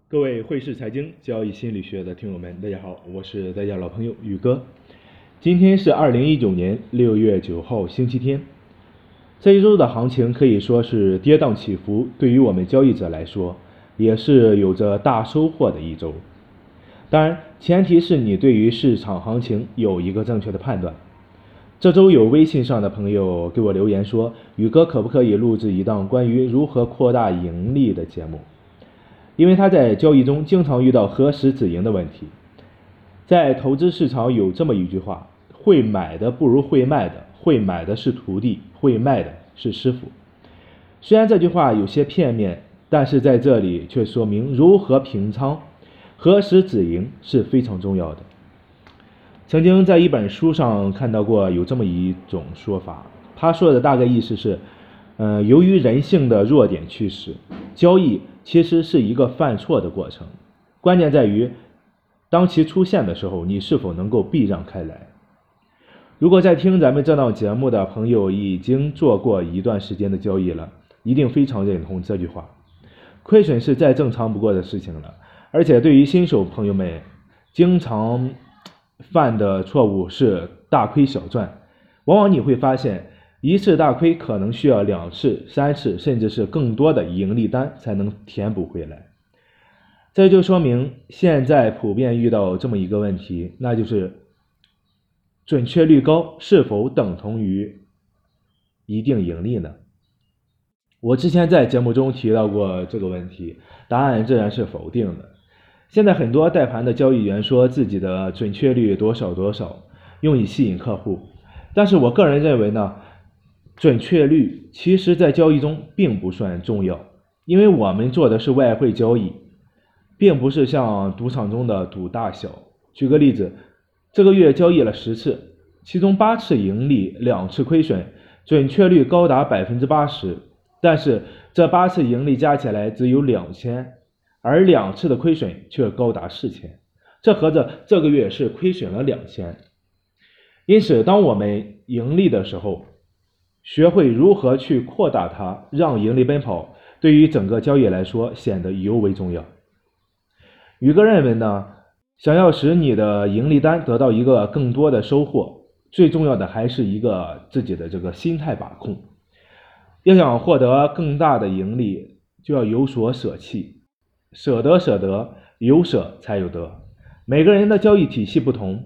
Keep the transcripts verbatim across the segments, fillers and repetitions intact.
各位汇市财经交易心理学的听友们，大家好，我是大家老朋友宇哥。今天是二零一九年六月九号星期天，这一周的行情可以说是跌宕起伏，对于我们交易者来说也是有着大收获的一周。当然前提是你对于市场行情有一个正确的判断。这周有微信上的朋友给我留言说，宇哥可不可以录制一档关于如何扩大盈利的节目，因为他在交易中经常遇到何时止盈的问题。在投资市场有这么一句话，会买的不如会卖的，会买的是徒弟，会卖的是师傅。虽然这句话有些片面，但是在这里却说明如何平仓，何时止盈是非常重要的。曾经在一本书上看到过有这么一种说法，他说的大概意思是呃，由于人性的弱点驱使，交易其实是一个犯错的过程，关键在于当其出现的时候，你是否能够避让开来。如果在听咱们这档节目的朋友已经做过一段时间的交易了，一定非常认同这句话，亏损是再正常不过的事情了。而且对于新手朋友们，经常犯的错误是大亏小赚，往往你会发现一次大亏可能需要两次、三次，甚至是更多的盈利单才能填补回来。这就说明现在普遍遇到这么一个问题，那就是准确率高是否等同于一定盈利呢？我之前在节目中提到过这个问题，答案自然是否定的。现在很多带盘的交易员说自己的准确率多少多少，用以吸引客户，但是我个人认为呢，准确率其实在交易中并不算重要，因为我们做的是外汇交易，并不是像赌场中的赌大小。举个例子，这个月交易了十次，其中八次盈利，两次亏损，准确率高达 百分之八十， 但是这八次盈利加起来只有两千，而两次的亏损却高达四千，这合着这个月是亏损了两千。因此当我们盈利的时候，学会如何去扩大它，让盈利奔跑，对于整个交易来说显得尤为重要。宇哥认为呢，想要使你的盈利单得到一个更多的收获，最重要的还是一个自己的这个心态把控。要想获得更大的盈利，就要有所舍弃，舍得舍得，有舍才有得。每个人的交易体系不同，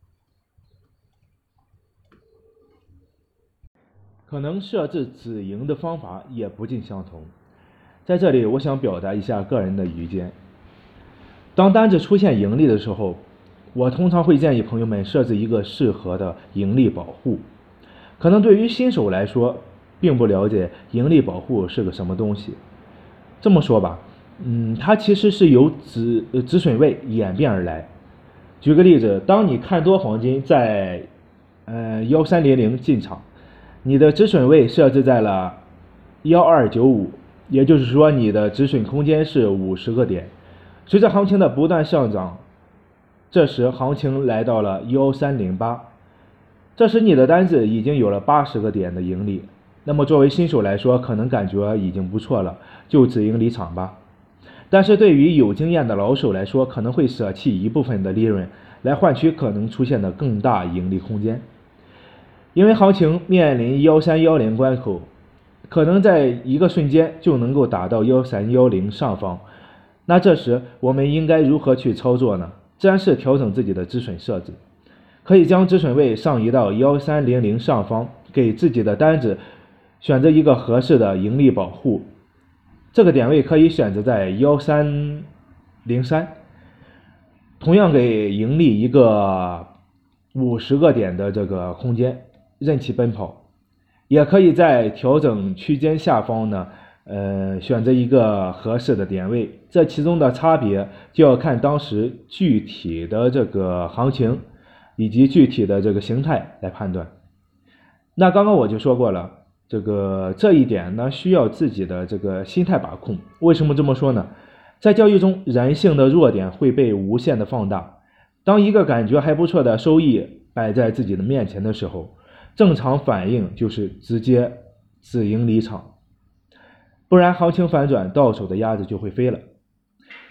可能设置止盈的方法也不尽相同。在这里我想表达一下个人的愚见，当单子出现盈利的时候，我通常会建议朋友们设置一个适合的盈利保护。可能对于新手来说并不了解盈利保护是个什么东西，这么说吧，嗯，它其实是由止止损位演变而来。举个例子，当你看多黄金在呃一三零零进场，你的止损位设置在了一二九五，也就是说你的止损空间是五十个点。随着行情的不断上涨，这时行情来到了一三零八，这时你的单子已经有了八十个点的盈利。那么作为新手来说，可能感觉已经不错了，就止盈离场吧。但是对于有经验的老手来说，可能会舍弃一部分的利润，来换取可能出现的更大盈利空间。因为行情面临一三一零关口，可能在一个瞬间就能够打到一三一零上方，那这时我们应该如何去操作呢？自然是调整自己的止损设置，可以将止损位上移到一三零零上方，给自己的单子选择一个合适的盈利保护。这个点位可以选择在一三零三，同样给盈利一个五十个点的这个空间，任其奔跑。也可以在调整区间下方呢，呃，选择一个合适的点位，这其中的差别就要看当时具体的这个行情以及具体的这个形态来判断。那刚刚我就说过了，这个这一点呢需要自己的这个心态把控。为什么这么说呢？在交易中，人性的弱点会被无限的放大。当一个感觉还不错的收益摆在自己的面前的时候，正常反应就是直接止盈离场，不然行情反转，到手的鸭子就会飞了。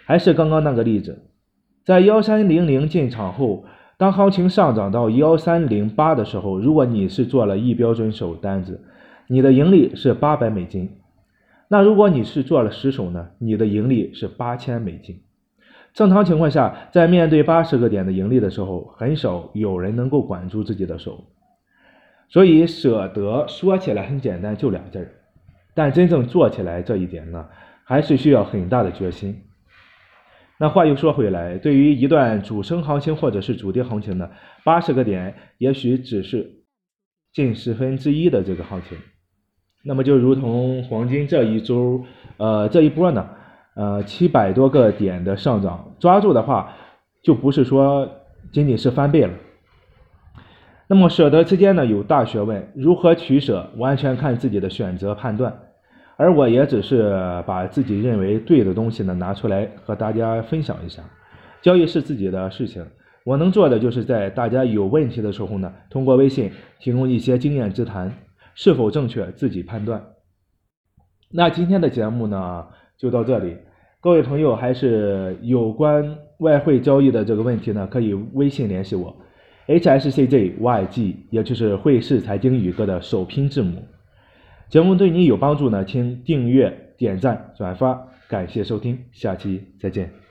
还是刚刚那个例子，在一三零零进场后，当行情上涨到一三零八的时候，如果你是做了一标准手单子，你的盈利是八百美金。那如果你是做了十手呢，你的盈利是八千美金。正常情况下，在面对八十个点的盈利的时候，很少有人能够管住自己的手。所以舍得说起来很简单，就俩字儿，但真正做起来这一点呢，还是需要很大的决心。那话又说回来，对于一段主升行情或者是主跌行情呢，八十个点也许只是近十分之一的这个行情。那么就如同黄金这一周，呃，这一波呢，呃，七百多个点的上涨，抓住的话，就不是说仅仅是翻倍了。那么舍得之间呢有大学问，如何取舍，完全看自己的选择判断。而我也只是把自己认为对的东西呢拿出来和大家分享一下。交易是自己的事情，我能做的就是在大家有问题的时候呢，通过微信提供一些经验之谈，是否正确自己判断。那今天的节目呢就到这里，各位朋友还是有关外汇交易的这个问题呢，可以微信联系我 H S C J Y G， 也就是汇市财经宇哥的首拼字母。节目对你有帮助呢，请订阅、点赞、转发，感谢收听，下期再见。